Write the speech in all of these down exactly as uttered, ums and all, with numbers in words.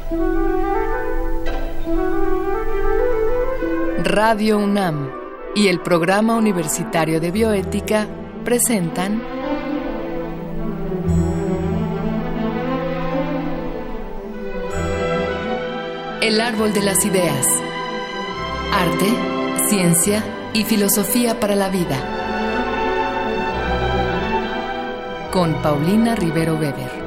Radio UNAM y el Programa Universitario de Bioética presentan El Árbol de las Ideas. Arte, ciencia y filosofía para la vida. Con Paulina Rivero Weber.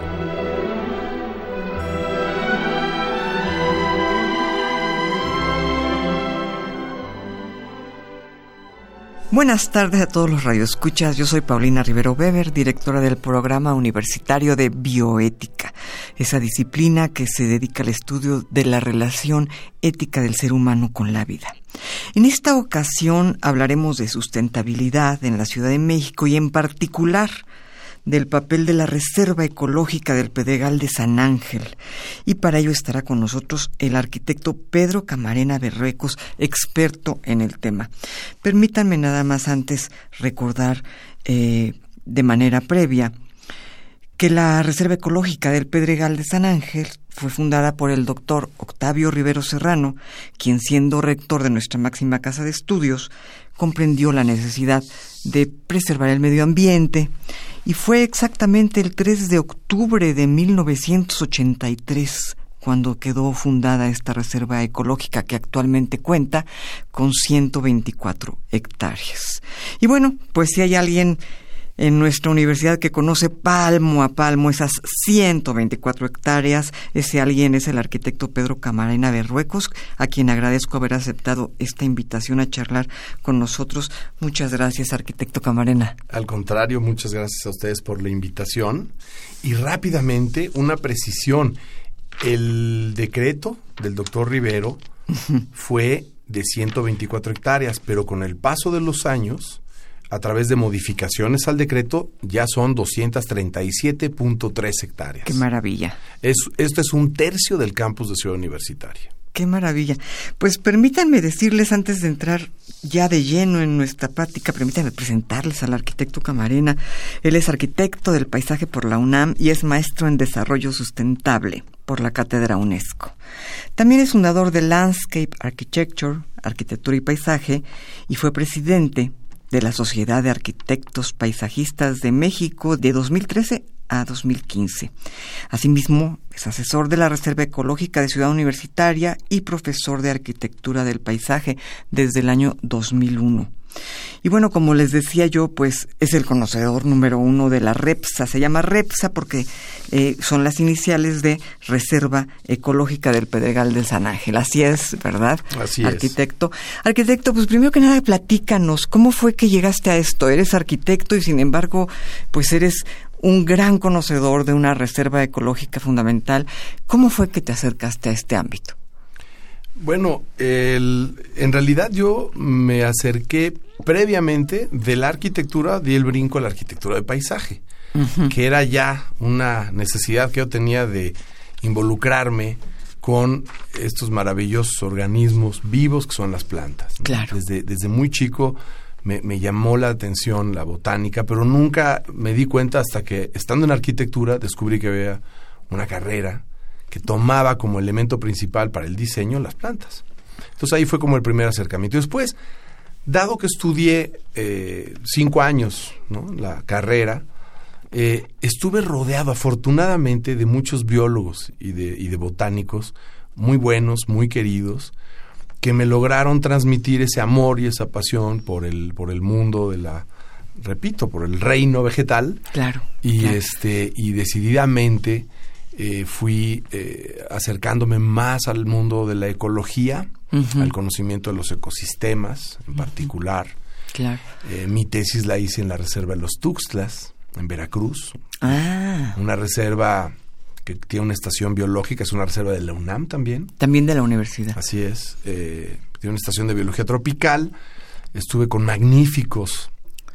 Buenas tardes a todos los radioescuchas. Yo soy Paulina Rivero Weber, directora del Programa Universitario de Bioética, esa disciplina que se dedica al estudio de la relación ética del ser humano con la vida. En esta ocasión hablaremos de sustentabilidad en la Ciudad de México y en particular del papel de la Reserva Ecológica del Pedregal de San Ángel. Y para ello estará con nosotros el arquitecto Pedro Camarena Berruecos, experto en el tema. Permítanme nada más antes recordar eh, de manera previa que la Reserva Ecológica del Pedregal de San Ángel fue fundada por el doctor Octavio Rivero Serrano, quien siendo rector de nuestra máxima casa de estudios, comprendió la necesidad de preservar el medio ambiente. Y fue exactamente el tres de octubre de mil novecientos ochenta y tres cuando quedó fundada esta reserva ecológica que actualmente cuenta con ciento veinticuatro hectáreas. Y bueno, pues si hay alguien en nuestra universidad que conoce palmo a palmo esas ciento veinticuatro hectáreas, ese alguien es el arquitecto Pedro Camarena Berruecos, a quien agradezco haber aceptado esta invitación a charlar con nosotros. Muchas gracias, arquitecto Camarena. Al contrario, muchas gracias a ustedes por la invitación. Y rápidamente, una precisión. El decreto del doctor Rivero fue de ciento veinticuatro hectáreas, pero con el paso de los años, a través de modificaciones al decreto, ya son doscientos treinta y siete punto tres hectáreas. ¡Qué maravilla! Es, esto es un tercio del campus de Ciudad Universitaria. ¡Qué maravilla! Pues permítanme decirles, antes de entrar ya de lleno en nuestra práctica, permítanme presentarles al arquitecto Camarena. Él es arquitecto del paisaje por la UNAM y es maestro en desarrollo sustentable por la Cátedra UNESCO. También es fundador de Landscape Architecture, Arquitectura y Paisaje, y fue presidente de la Sociedad de Arquitectos Paisajistas de México de dos mil trece a dos mil quince. Asimismo, es asesor de la Reserva Ecológica de Ciudad Universitaria y profesor de Arquitectura del Paisaje desde el año dos mil uno. Y bueno, como les decía yo, pues es el conocedor número uno de la REPSA. Se llama REPSA porque eh, son las iniciales de Reserva Ecológica del Pedregal de San Ángel. Así es, ¿verdad? Así arquitecto. es. Arquitecto, pues primero que nada, platícanos, ¿cómo fue que llegaste a esto? Eres arquitecto y sin embargo, pues eres un gran conocedor de una reserva ecológica fundamental. ¿Cómo fue que te acercaste a este ámbito? Bueno, el, en realidad yo me acerqué previamente de la arquitectura, di el brinco a la arquitectura de paisaje, uh-huh. que era ya una necesidad que yo tenía de involucrarme con estos maravillosos organismos vivos que son las plantas, ¿no? Claro. Desde, desde muy chico me, me llamó la atención la botánica, pero nunca me di cuenta hasta que, estando en arquitectura, descubrí que había una carrera que tomaba como elemento principal para el diseño las plantas. Entonces ahí fue como el primer acercamiento. Y después, dado que estudié eh, cinco años, ¿no?, la carrera, eh, estuve rodeado afortunadamente de muchos biólogos y de, y de botánicos muy buenos, muy queridos, que me lograron transmitir ese amor y esa pasión por el, por el mundo de la, repito, por el reino vegetal. Claro. Y, claro. este, y decididamente Eh, fui eh, acercándome más al mundo de la ecología, uh-huh. al conocimiento de los ecosistemas en particular. Uh-huh. Claro. Eh, mi tesis la hice en la reserva de los Tuxtlas, en Veracruz. Ah. Una reserva que tiene una estación biológica, es una reserva de la UNAM también. También de la universidad. Así es. Eh, tiene una estación de biología tropical. Estuve con magníficos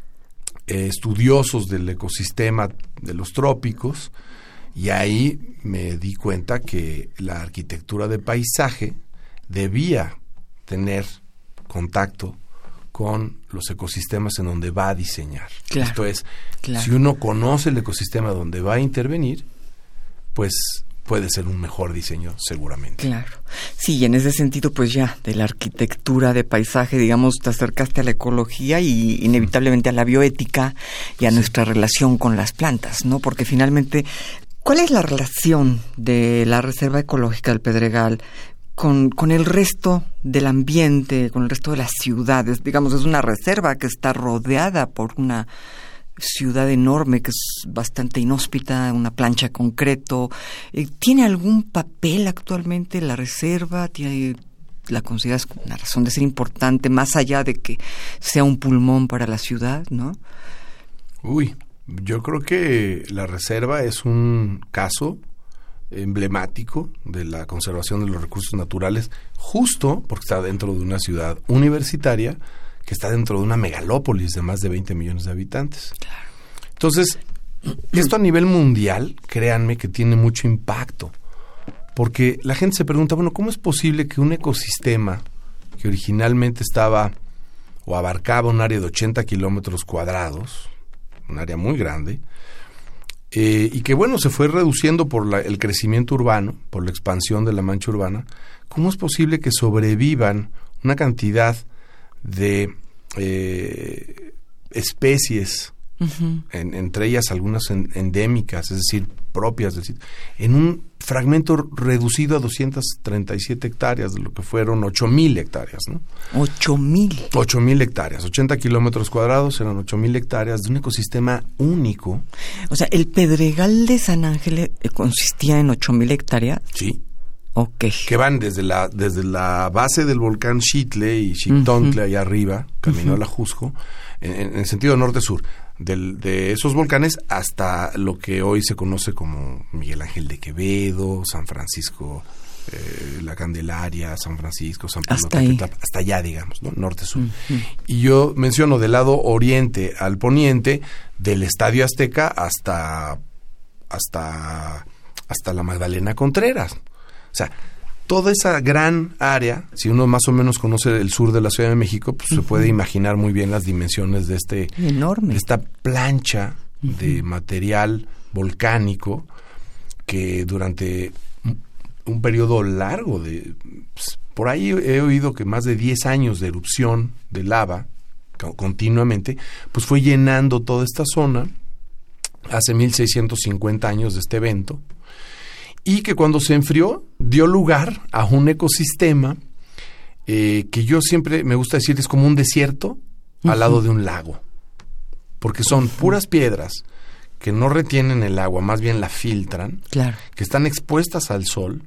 eh, estudiosos del ecosistema de los trópicos. Y ahí me di cuenta que la arquitectura de paisaje debía tener contacto con los ecosistemas en donde va a diseñar. Claro, Esto es, claro. si uno conoce el ecosistema donde va a intervenir, pues puede ser un mejor diseño seguramente. Claro. Sí, y en ese sentido, pues ya, de la arquitectura de paisaje, digamos, te acercaste a la ecología y inevitablemente a la bioética y a sí. nuestra relación con las plantas, ¿no? Porque finalmente, ¿cuál es la relación de la Reserva Ecológica del Pedregal con, con el resto del ambiente, con el resto de las ciudades? Digamos, es una reserva que está rodeada por una ciudad enorme que es bastante inhóspita, una plancha de concreto. ¿Tiene algún papel actualmente la reserva? ¿Tiene, la consideras una razón de ser importante más allá de que sea un pulmón para la ciudad, no? Uy, yo creo que la reserva es un caso emblemático de la conservación de los recursos naturales, justo porque está dentro de una ciudad universitaria que está dentro de una megalópolis de más de veinte millones de habitantes. Claro. Entonces, esto a nivel mundial, créanme que tiene mucho impacto, porque la gente se pregunta, bueno, ¿cómo es posible que un ecosistema que originalmente estaba o abarcaba un área de ochenta kilómetros cuadrados, un área muy grande, eh, y que, bueno, se fue reduciendo por la, el crecimiento urbano, por la expansión de la mancha urbana, ¿cómo es posible que sobrevivan una cantidad de eh, especies, uh-huh. en, entre ellas algunas en, endémicas, es decir, propias del sitio, en un fragmento reducido a doscientas treinta y siete hectáreas, de lo que fueron ocho mil hectáreas, ¿no? ocho mil. ocho mil hectáreas, ochenta kilómetros cuadrados eran ocho mil hectáreas de un ecosistema único. O sea, ¿el Pedregal de San Ángel consistía en ocho mil hectáreas? Sí. Okay. Que van desde la desde la base del volcán Xitle y Xictontle, uh-huh. allá arriba, camino uh-huh. a la Jusco, en, en sentido norte-sur, del, de esos volcanes hasta lo que hoy se conoce como Miguel Ángel de Quevedo, San Francisco, eh, la Candelaria, San Francisco, San Pablo, hasta, ahí. hasta allá, digamos, ¿no? Norte-sur. Uh-huh. Y yo menciono del lado oriente al poniente, del Estadio Azteca hasta hasta hasta la Magdalena Contreras. O sea, toda esa gran área, si uno más o menos conoce el sur de la Ciudad de México, pues uh-huh. se puede imaginar muy bien las dimensiones de este enorme, de esta plancha uh-huh. de material volcánico que durante un periodo largo de, pues, por ahí he oído que más de diez años de erupción de lava continuamente, pues fue llenando toda esta zona hace mil seiscientos cincuenta años de este evento. Y que cuando se enfrió dio lugar a un ecosistema eh, que yo siempre me gusta decir es como un desierto uh-huh. al lado de un lago, porque son uh-huh. puras piedras que no retienen el agua, más bien la filtran, claro. que están expuestas al sol,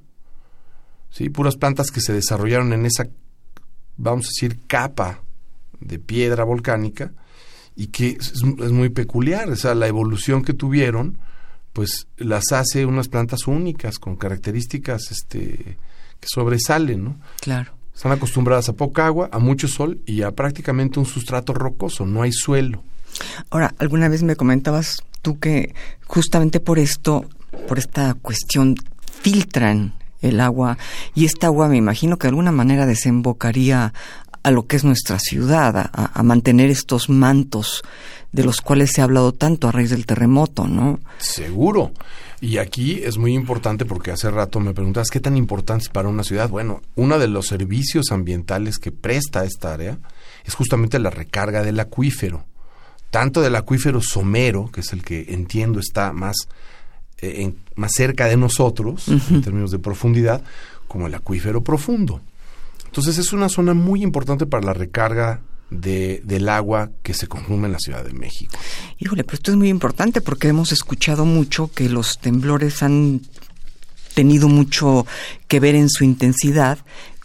¿sí? Puras plantas que se desarrollaron en esa, vamos a decir, capa de piedra volcánica y que es, es muy peculiar, o sea, la evolución que tuvieron pues las hace unas plantas únicas, con características este que sobresalen, ¿no? Claro. Están acostumbradas a poca agua, a mucho sol y a prácticamente un sustrato rocoso, no hay suelo. Ahora, alguna vez me comentabas tú que justamente por esto, por esta cuestión, filtran el agua, y esta agua me imagino que de alguna manera desembocaría a lo que es nuestra ciudad, a, a mantener estos mantos de los cuales se ha hablado tanto a raíz del terremoto, ¿no? Seguro. Y aquí es muy importante porque hace rato me preguntabas qué tan importante es para una ciudad. Bueno, uno de los servicios ambientales que presta esta área es justamente la recarga del acuífero. Tanto del acuífero somero, que es el que entiendo está más, eh, en, más cerca de nosotros, uh-huh. en términos de profundidad, como el acuífero profundo. Entonces es una zona muy importante para la recarga de, del agua que se consume en la Ciudad de México. Híjole, pero esto es muy importante porque hemos escuchado mucho que los temblores han tenido mucho que ver en su intensidad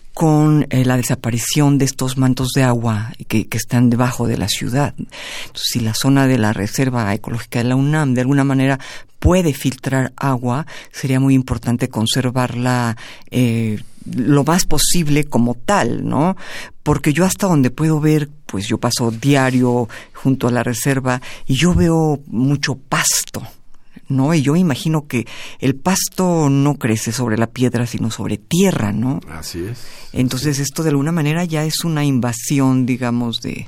con eh, la desaparición de estos mantos de agua que, que están debajo de la ciudad. Entonces, si la zona de la Reserva Ecológica de la UNAM de alguna manera puede filtrar agua, sería muy importante conservarla eh, lo más posible como tal, ¿no? Porque yo hasta donde puedo ver, pues yo paso diario junto a la reserva y yo veo mucho pasto, ¿no? Y yo imagino que el pasto no crece sobre la piedra, sino sobre tierra, ¿no? Así es. Entonces sí. esto de alguna manera ya es una invasión, digamos, de,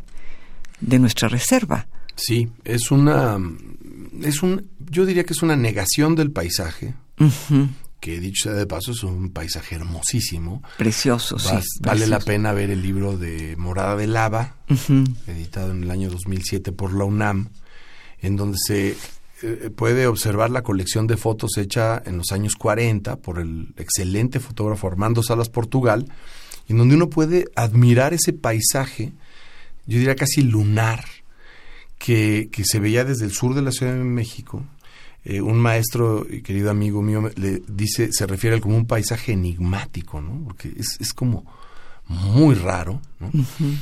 de nuestra reserva. Sí, es una, es un, yo diría que es una negación del paisaje, uh-huh. que dicho sea de paso es un paisaje hermosísimo. Precioso, sí. Vas, vale precioso. la pena ver el libro de Morada de Lava, uh-huh. editado en el año dos mil siete por la UNAM, en donde se eh, puede observar la colección de fotos hecha en los años cuarenta por el excelente fotógrafo Armando Salas Portugal, en donde uno puede admirar ese paisaje, yo diría casi lunar, que, que se veía desde el sur de la Ciudad de México. Eh, un maestro y querido amigo mío le dice, se refiere al como un paisaje enigmático, ¿no? Porque es, es como muy raro, ¿no? Uh-huh.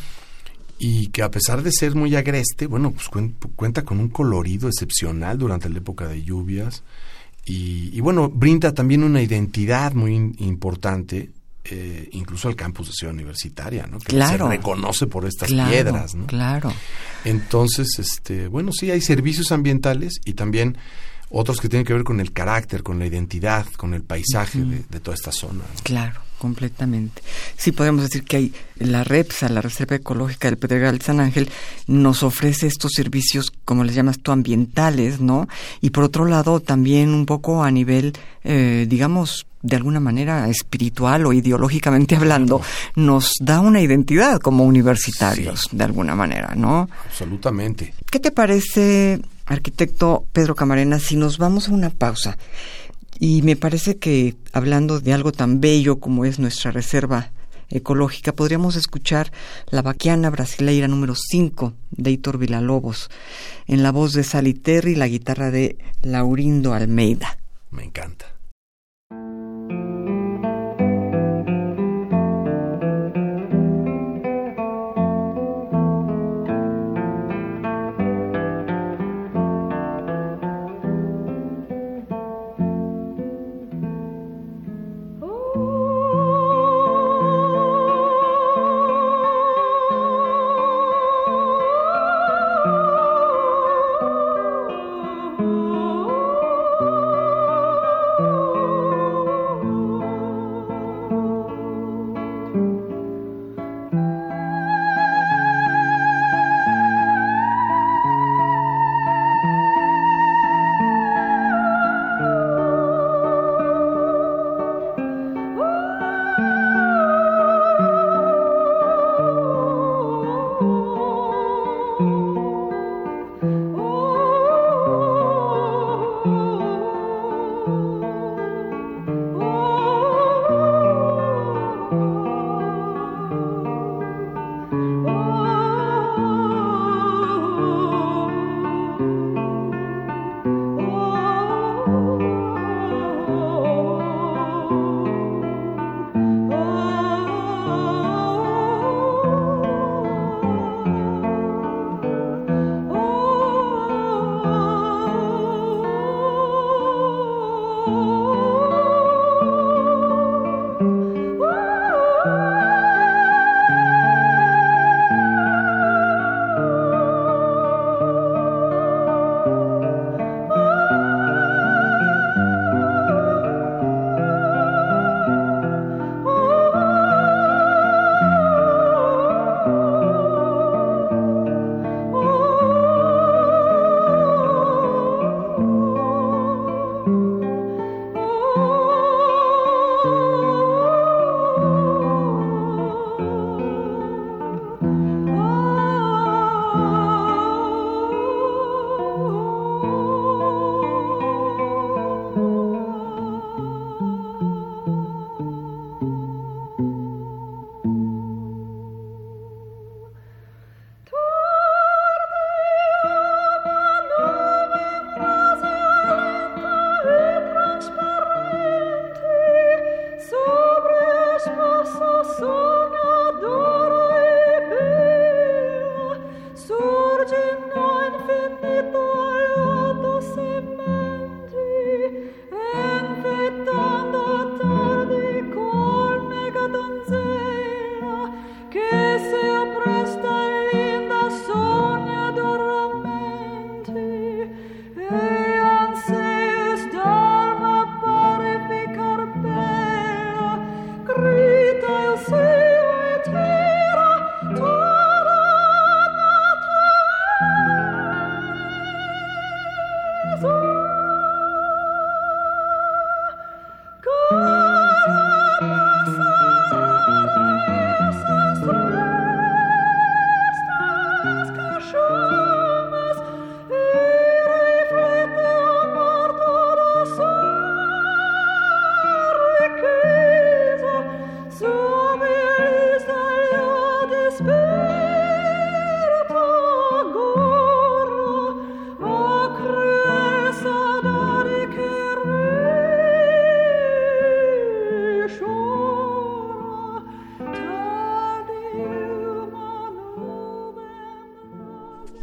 Y que a pesar de ser muy agreste, bueno, pues cuen, cuenta con un colorido excepcional durante la época de lluvias y, y bueno, brinda también una identidad muy in, importante, eh, incluso al campus de Ciudad Universitaria, ¿no? Que claro. se reconoce por estas claro, piedras, ¿no? Claro. Entonces, este, bueno, sí hay servicios ambientales y también otros que tienen que ver con el carácter, con la identidad, con el paisaje uh-huh. de, de toda esta zona, ¿no? Claro, completamente. Sí, podemos decir que hay la REPSA, la Reserva Ecológica del Pedregal de San Ángel, nos ofrece estos servicios, como les llamas tú, ambientales, ¿no? Y por otro lado, también un poco a nivel, eh, digamos, de alguna manera espiritual o ideológicamente hablando, nos da una identidad como universitarios, sí. de alguna manera, ¿no? Absolutamente. ¿Qué te parece, arquitecto Pedro Camarena, si nos vamos a una pausa? Y me parece que hablando de algo tan bello como es nuestra reserva ecológica, podríamos escuchar la Baquiana Brasileira número cinco de Heitor Villa-Lobos, en la voz de Sally Terry y la guitarra de Laurindo Almeida. Me encanta. Oh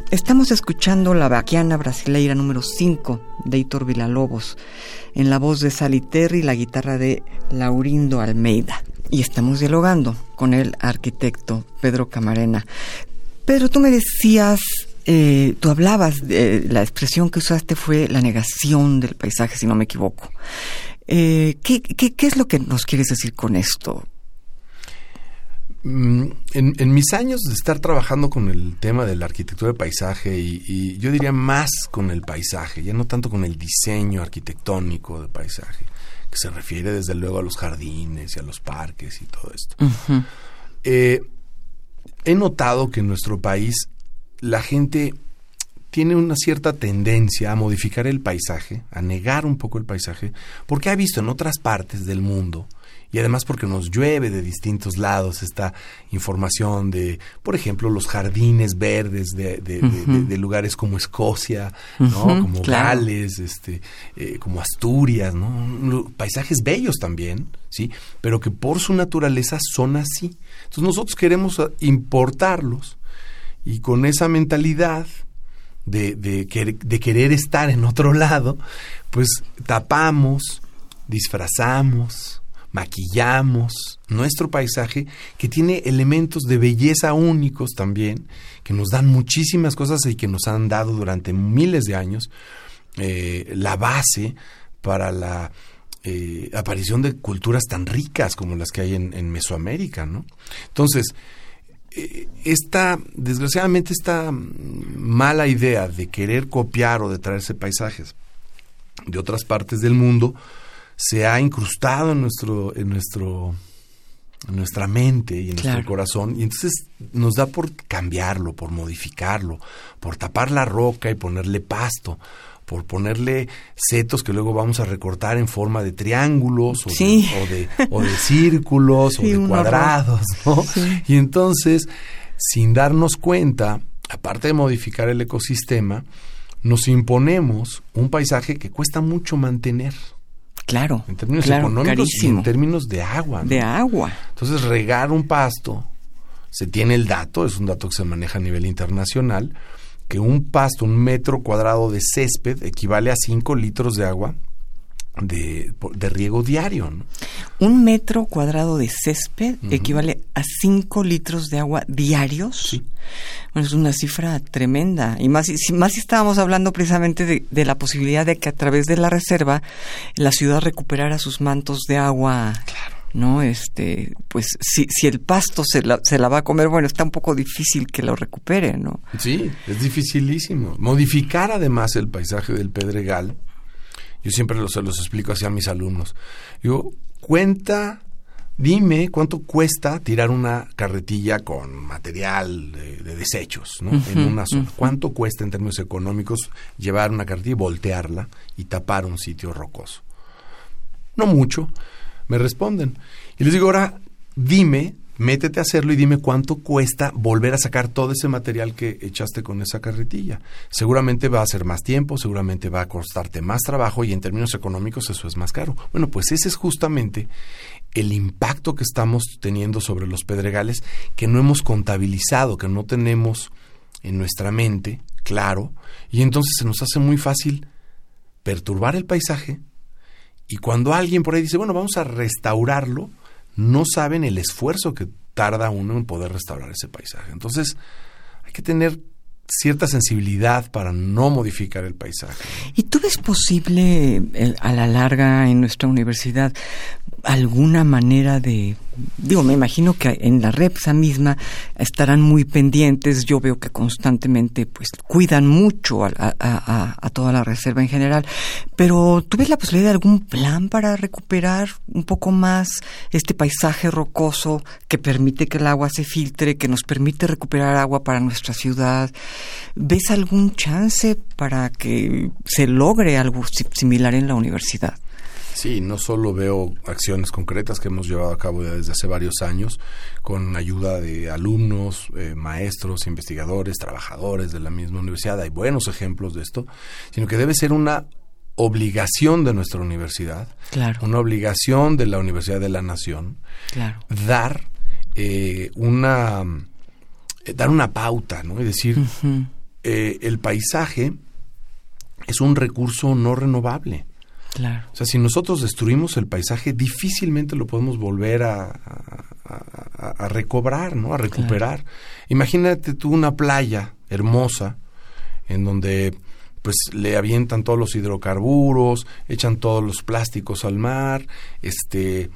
Estamos escuchando La Baquiana Brasileira número cinco de Heitor Villa-Lobos, en la voz de Sally Terry y la guitarra de Laurindo Almeida. Y estamos dialogando con el arquitecto Pedro Camarena. Pedro, tú me decías, eh, tú hablabas, de, la expresión que usaste fue la negación del paisaje, si no me equivoco. Eh, ¿qué, qué, ¿Qué es lo que nos quieres decir con esto? En, en mis años de estar trabajando con el tema de la arquitectura de paisaje y, y yo diría más con el paisaje, ya no tanto con el diseño arquitectónico del paisaje, que se refiere desde luego a los jardines y a los parques y todo esto. Uh-huh. Eh, he notado que en nuestro país la gente tiene una cierta tendencia a modificar el paisaje, a negar un poco el paisaje, porque ha visto en otras partes del mundo, y además porque nos llueve de distintos lados esta información de, por ejemplo, los jardines verdes de, de, uh-huh. de, de, de lugares como Escocia, ¿no? Uh-huh, como claro. Gales, este, eh, como Asturias, ¿no? Paisajes bellos también, ¿sí? Pero que por su naturaleza son así. Entonces nosotros queremos importarlos y con esa mentalidad de, de, de querer estar en otro lado, pues tapamos, disfrazamos, maquillamos nuestro paisaje, que tiene elementos de belleza únicos también, que nos dan muchísimas cosas y que nos han dado durante miles de años eh, la base para la eh, aparición de culturas tan ricas como las que hay en, en Mesoamérica, ¿no? Entonces, eh, esta, desgraciadamente, esta mala idea de querer copiar o de traerse paisajes de otras partes del mundo se ha incrustado en nuestro, en nuestro, en nuestra mente y en claro. nuestro corazón, y entonces nos da por cambiarlo, por modificarlo, por tapar la roca y ponerle pasto, por ponerle setos que luego vamos a recortar en forma de triángulos o, sí. de, o, de, o de círculos sí, o de cuadrados, ¿no? Sí. Y entonces, sin darnos cuenta, aparte de modificar el ecosistema, nos imponemos un paisaje que cuesta mucho mantener. Claro, en términos claro, económicos carísimo. Y en términos de agua, ¿no? De agua. Entonces, regar un pasto, se tiene el dato, es un dato que se maneja a nivel internacional, que un pasto, un metro cuadrado de césped equivale a cinco litros de agua de, de riego diario, ¿no? Un metro cuadrado de césped uh-huh. equivale a cinco litros de agua diarios. Sí. Bueno, es una cifra tremenda. Y más si, más si estábamos hablando precisamente de, de la posibilidad de que a través de la reserva la ciudad recuperara sus mantos de agua. Claro. ¿No? Este, pues si, si el pasto se la, se la va a comer, bueno, está un poco difícil que lo recupere, ¿no? Sí, es dificilísimo. Modificar además el paisaje del Pedregal, yo siempre los, los explico así a mis alumnos. Digo, cuenta, dime cuánto cuesta tirar una carretilla con material de, de desechos, ¿no? Uh-huh, en una zona. Uh-huh. ¿Cuánto cuesta en términos económicos llevar una carretilla y voltearla y tapar un sitio rocoso? No mucho. Me responden. Y les digo, ahora dime, métete a hacerlo y dime cuánto cuesta volver a sacar todo ese material que echaste con esa carretilla. Seguramente va a ser más tiempo, seguramente va a costarte más trabajo y en términos económicos eso es más caro. Bueno, pues ese es justamente el impacto que estamos teniendo sobre los pedregales, que no hemos contabilizado, que no tenemos en nuestra mente, claro, y entonces se nos hace muy fácil perturbar el paisaje. Y cuando alguien por ahí dice, bueno, vamos a restaurarlo, no saben el esfuerzo que tarda uno en poder restaurar ese paisaje. Entonces, hay que tener cierta sensibilidad para no modificar el paisaje, ¿no? ¿Y tú ves posible, eh, a la larga, en nuestra universidad, alguna manera de... Digo, me imagino que en la REPSA misma estarán muy pendientes. Yo veo que constantemente pues cuidan mucho a, a, a, a toda la reserva en general. Pero ¿tú ves la posibilidad de algún plan para recuperar un poco más este paisaje rocoso que permite que el agua se filtre, que nos permite recuperar agua para nuestra ciudad? ¿Ves algún chance para que se logre algo similar en la universidad? Sí, no solo veo acciones concretas que hemos llevado a cabo ya desde hace varios años con ayuda de alumnos, eh, maestros, investigadores, trabajadores de la misma universidad. Hay buenos ejemplos de esto, sino que debe ser una obligación de nuestra universidad, claro. una obligación de la Universidad de la Nación, claro. dar eh, una eh, dar una pauta, ¿no? Y decir, uh-huh. eh, el paisaje es un recurso no renovable. Claro. O sea, si nosotros destruimos el paisaje, difícilmente lo podemos volver a, a, a, a recobrar, ¿no? A recuperar. Claro. Imagínate tú una playa hermosa en donde pues le avientan todos los hidrocarburos, echan todos los plásticos al mar, este,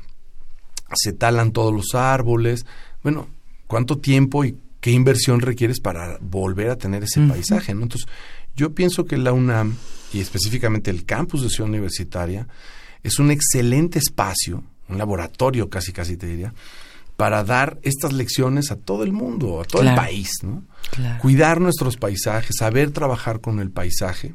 se talan todos los árboles. Bueno, ¿cuánto tiempo y qué inversión requieres para volver a tener ese uh-huh. paisaje, ¿no? Entonces, yo pienso que la UNAM, y específicamente el campus de Ciudad Universitaria, es un excelente espacio, un laboratorio casi casi te diría, para dar estas lecciones a todo el mundo, a todo claro. el país, ¿no? Claro. Cuidar nuestros paisajes, saber trabajar con el paisaje,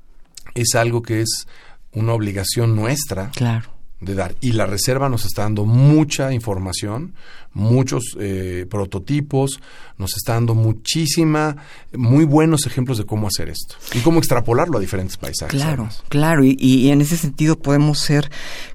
es algo que es una obligación nuestra claro. de dar. Y la reserva nos está dando mucha información, muchos eh, prototipos, nos está dando muchísima, muy buenos ejemplos de cómo hacer esto y cómo extrapolarlo a diferentes paisajes. Claro, además. claro, y, y en ese sentido podemos ser,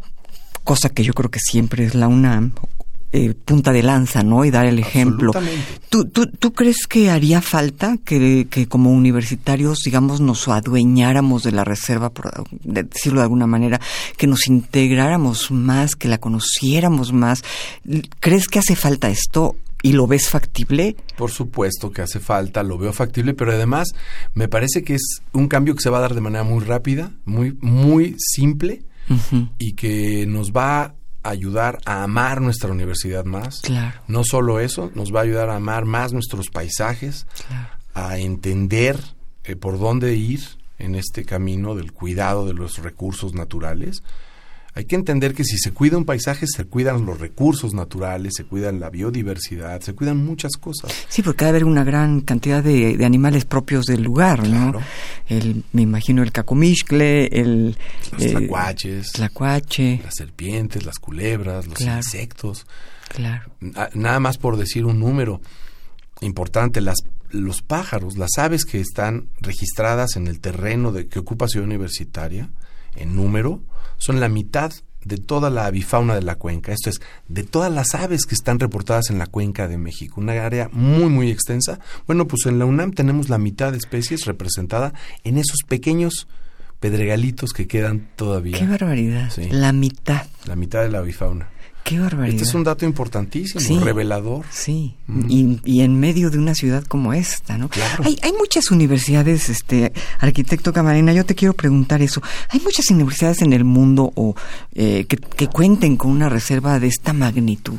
cosa que yo creo que siempre es la UNAM, Eh, punta de lanza, ¿no? Y dar el ejemplo. ¿Tú, tú, ¿Tú crees que haría falta que, que como universitarios, digamos, nos adueñáramos de la reserva, por de decirlo de alguna manera, que nos integráramos más, que la conociéramos más? ¿Crees que hace falta esto y lo ves factible? Por supuesto que hace falta, lo veo factible, pero además me parece que es un cambio que se va a dar de manera muy rápida, muy, muy simple uh-huh. y que nos va a ayudar a amar nuestra universidad más. Claro. No solo eso, nos va a ayudar a amar más nuestros paisajes, claro. a entender eh, por dónde ir en este camino del cuidado de los recursos naturales. Hay que entender que si se cuida un paisaje, se cuidan los recursos naturales, se cuidan la biodiversidad, se cuidan muchas cosas. Sí, porque debe haber una gran cantidad de, de animales propios del lugar, claro. ¿no? El, me imagino el cacomixtle, el... Los eh, tlacuaches, tlacuache. Las serpientes, las culebras, los claro. insectos. Claro. Nada más por decir un número importante, las, los pájaros, las aves que están registradas en el terreno de, que ocupa Ciudad Universitaria, en número, son la mitad de toda la avifauna de la cuenca. Esto es, de todas las aves que están reportadas en la cuenca de México. Una área muy, muy extensa. Bueno, pues en la UNAM tenemos la mitad de especies representada en esos pequeños pedregalitos que quedan todavía. ¡Qué barbaridad! Sí. La mitad. La mitad de la avifauna. ¡Qué barbaridad! Este es un dato importantísimo, sí, revelador. Sí, mm. y, y en medio de una ciudad como esta, ¿no? Claro. Hay, hay muchas universidades, este, arquitecto Camarena, yo te quiero preguntar eso. ¿Hay muchas universidades en el mundo o eh, que, que cuenten con una reserva de esta magnitud?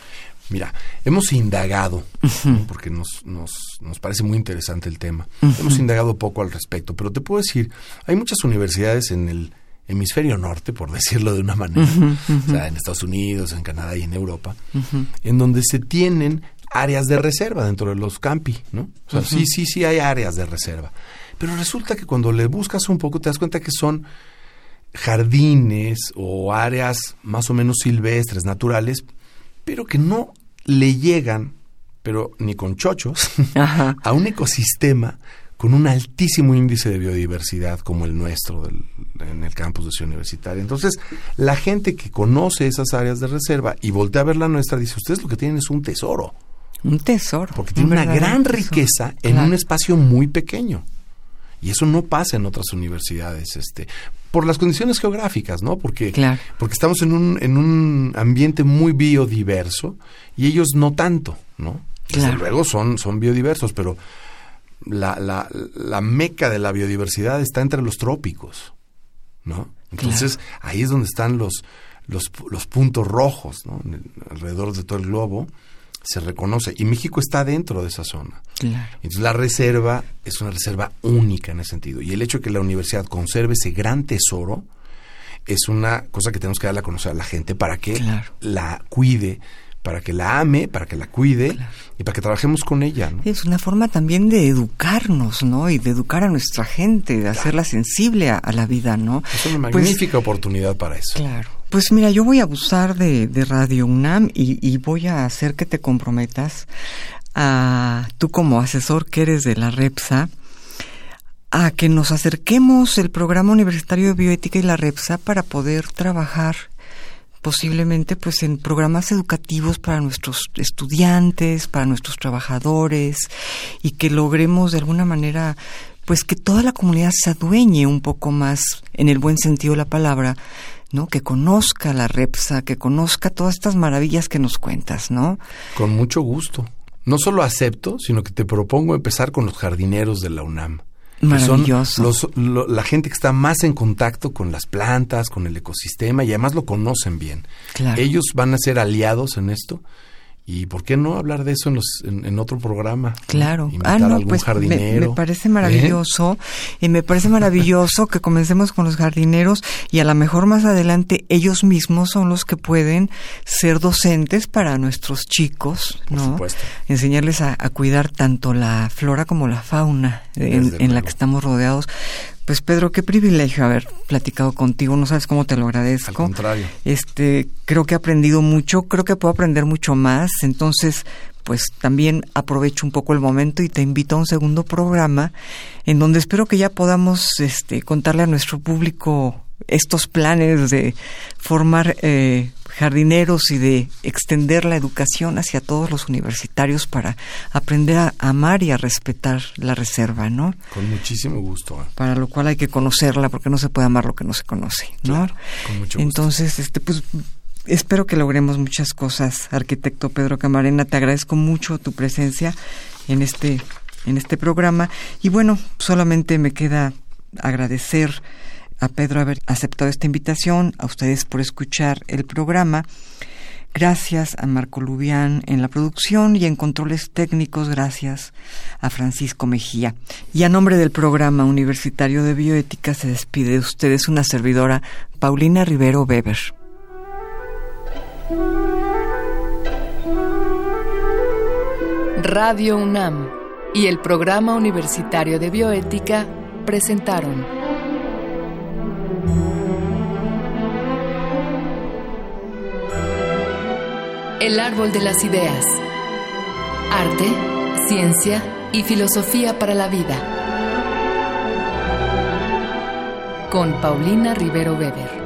Mira, hemos indagado, uh-huh. ¿no? porque nos, nos, nos parece muy interesante el tema. Uh-huh. Hemos indagado poco al respecto, pero te puedo decir, hay muchas universidades en el hemisferio norte, por decirlo de una manera, uh-huh, uh-huh. o sea, en Estados Unidos, en Canadá y en Europa, uh-huh. en donde se tienen áreas de reserva dentro de los campi, ¿no? O sea, uh-huh. sí, sí, sí hay áreas de reserva. Pero resulta que cuando le buscas un poco te das cuenta que son jardines o áreas más o menos silvestres, naturales, pero que no le llegan, pero ni con chochos, uh-huh. a un ecosistema con un altísimo índice de biodiversidad como el nuestro del, en el campus de Ciudad Universitaria. Entonces, la gente que conoce esas áreas de reserva y voltea a ver la nuestra, dice, ustedes lo que tienen es un tesoro. Un tesoro. Porque tiene una gran riqueza tesoro. en claro. un espacio muy pequeño. Y eso no pasa en otras universidades, este, por las condiciones geográficas, ¿no? Porque, claro. porque estamos en un, en un ambiente muy biodiverso y ellos no tanto, ¿no? Desde claro. luego son, son biodiversos, pero La, la, la meca de la biodiversidad está entre los trópicos, ¿no? Entonces, claro. ahí es donde están los, los, los puntos rojos, ¿no? Alrededor de todo el globo se reconoce. Y México está dentro de esa zona. Claro. Entonces, la reserva es una reserva única en ese sentido. Y el hecho de que la universidad conserve ese gran tesoro es una cosa que tenemos que darle a conocer a la gente para que claro. la cuide, para que la ame, para que la cuide claro. y para que trabajemos con ella, ¿no? Es una forma también de educarnos, ¿no? Y de educar a nuestra gente, de claro. hacerla sensible a, a la vida, ¿no? Es una magnífica pues, oportunidad para eso. Claro. Pues mira, yo voy a abusar de, de Radio UNAM y, y voy a hacer que te comprometas a tú como asesor que eres de la REPSA, a que nos acerquemos el programa universitario de bioética y la REPSA para poder trabajar posiblemente pues en programas educativos para nuestros estudiantes, para nuestros trabajadores, y que logremos de alguna manera pues que toda la comunidad se adueñe un poco más, en el buen sentido de la palabra, ¿no? Que conozca la REPSA, que conozca todas estas maravillas que nos cuentas, ¿no? Con mucho gusto. No solo acepto, sino que te propongo empezar con los jardineros de la UNAM. Maravilloso. Que son los, lo, la gente que está más en contacto con las plantas, con el ecosistema, y además lo conocen bien. Claro. Ellos van a ser aliados en esto. ¿Y por qué no hablar de eso en, los, en, en otro programa? Claro. Invitar ah, no, a algún pues jardinero. Me, me parece maravilloso. ¿Eh? Y me parece maravilloso que comencemos con los jardineros y a lo mejor más adelante ellos mismos son los que pueden ser docentes para nuestros chicos, ¿no? Por supuesto. Enseñarles a, a cuidar tanto la flora como la fauna en, en la que estamos rodeados. Pues Pedro, qué privilegio haber platicado contigo, no sabes cómo te lo agradezco. Al contrario. Este, creo que he aprendido mucho, creo que puedo aprender mucho más, entonces pues también aprovecho un poco el momento y te invito a un segundo programa en donde espero que ya podamos este contarle a nuestro público estos planes de formar eh, jardineros y de extender la educación hacia todos los universitarios para aprender a amar y a respetar la reserva, ¿no? Con muchísimo gusto. ¿eh? Para lo cual hay que conocerla, porque no se puede amar lo que no se conoce, ¿no? Claro, con mucho gusto. Entonces, este, pues, espero que logremos muchas cosas, arquitecto Pedro Camarena. Te agradezco mucho tu presencia en este, en este programa. Y bueno, solamente me queda agradecer a Pedro haber aceptado esta invitación, a ustedes por escuchar el programa. Gracias a Marco Lubián en la producción y en controles técnicos, gracias a Francisco Mejía. Y a nombre del Programa Universitario de Bioética se despide de ustedes una servidora, Paulina Rivero Weber. Radio UNAM y el Programa Universitario de Bioética presentaron El Árbol de las Ideas. Arte, ciencia y filosofía para la vida. Con Paulina Rivero Weber.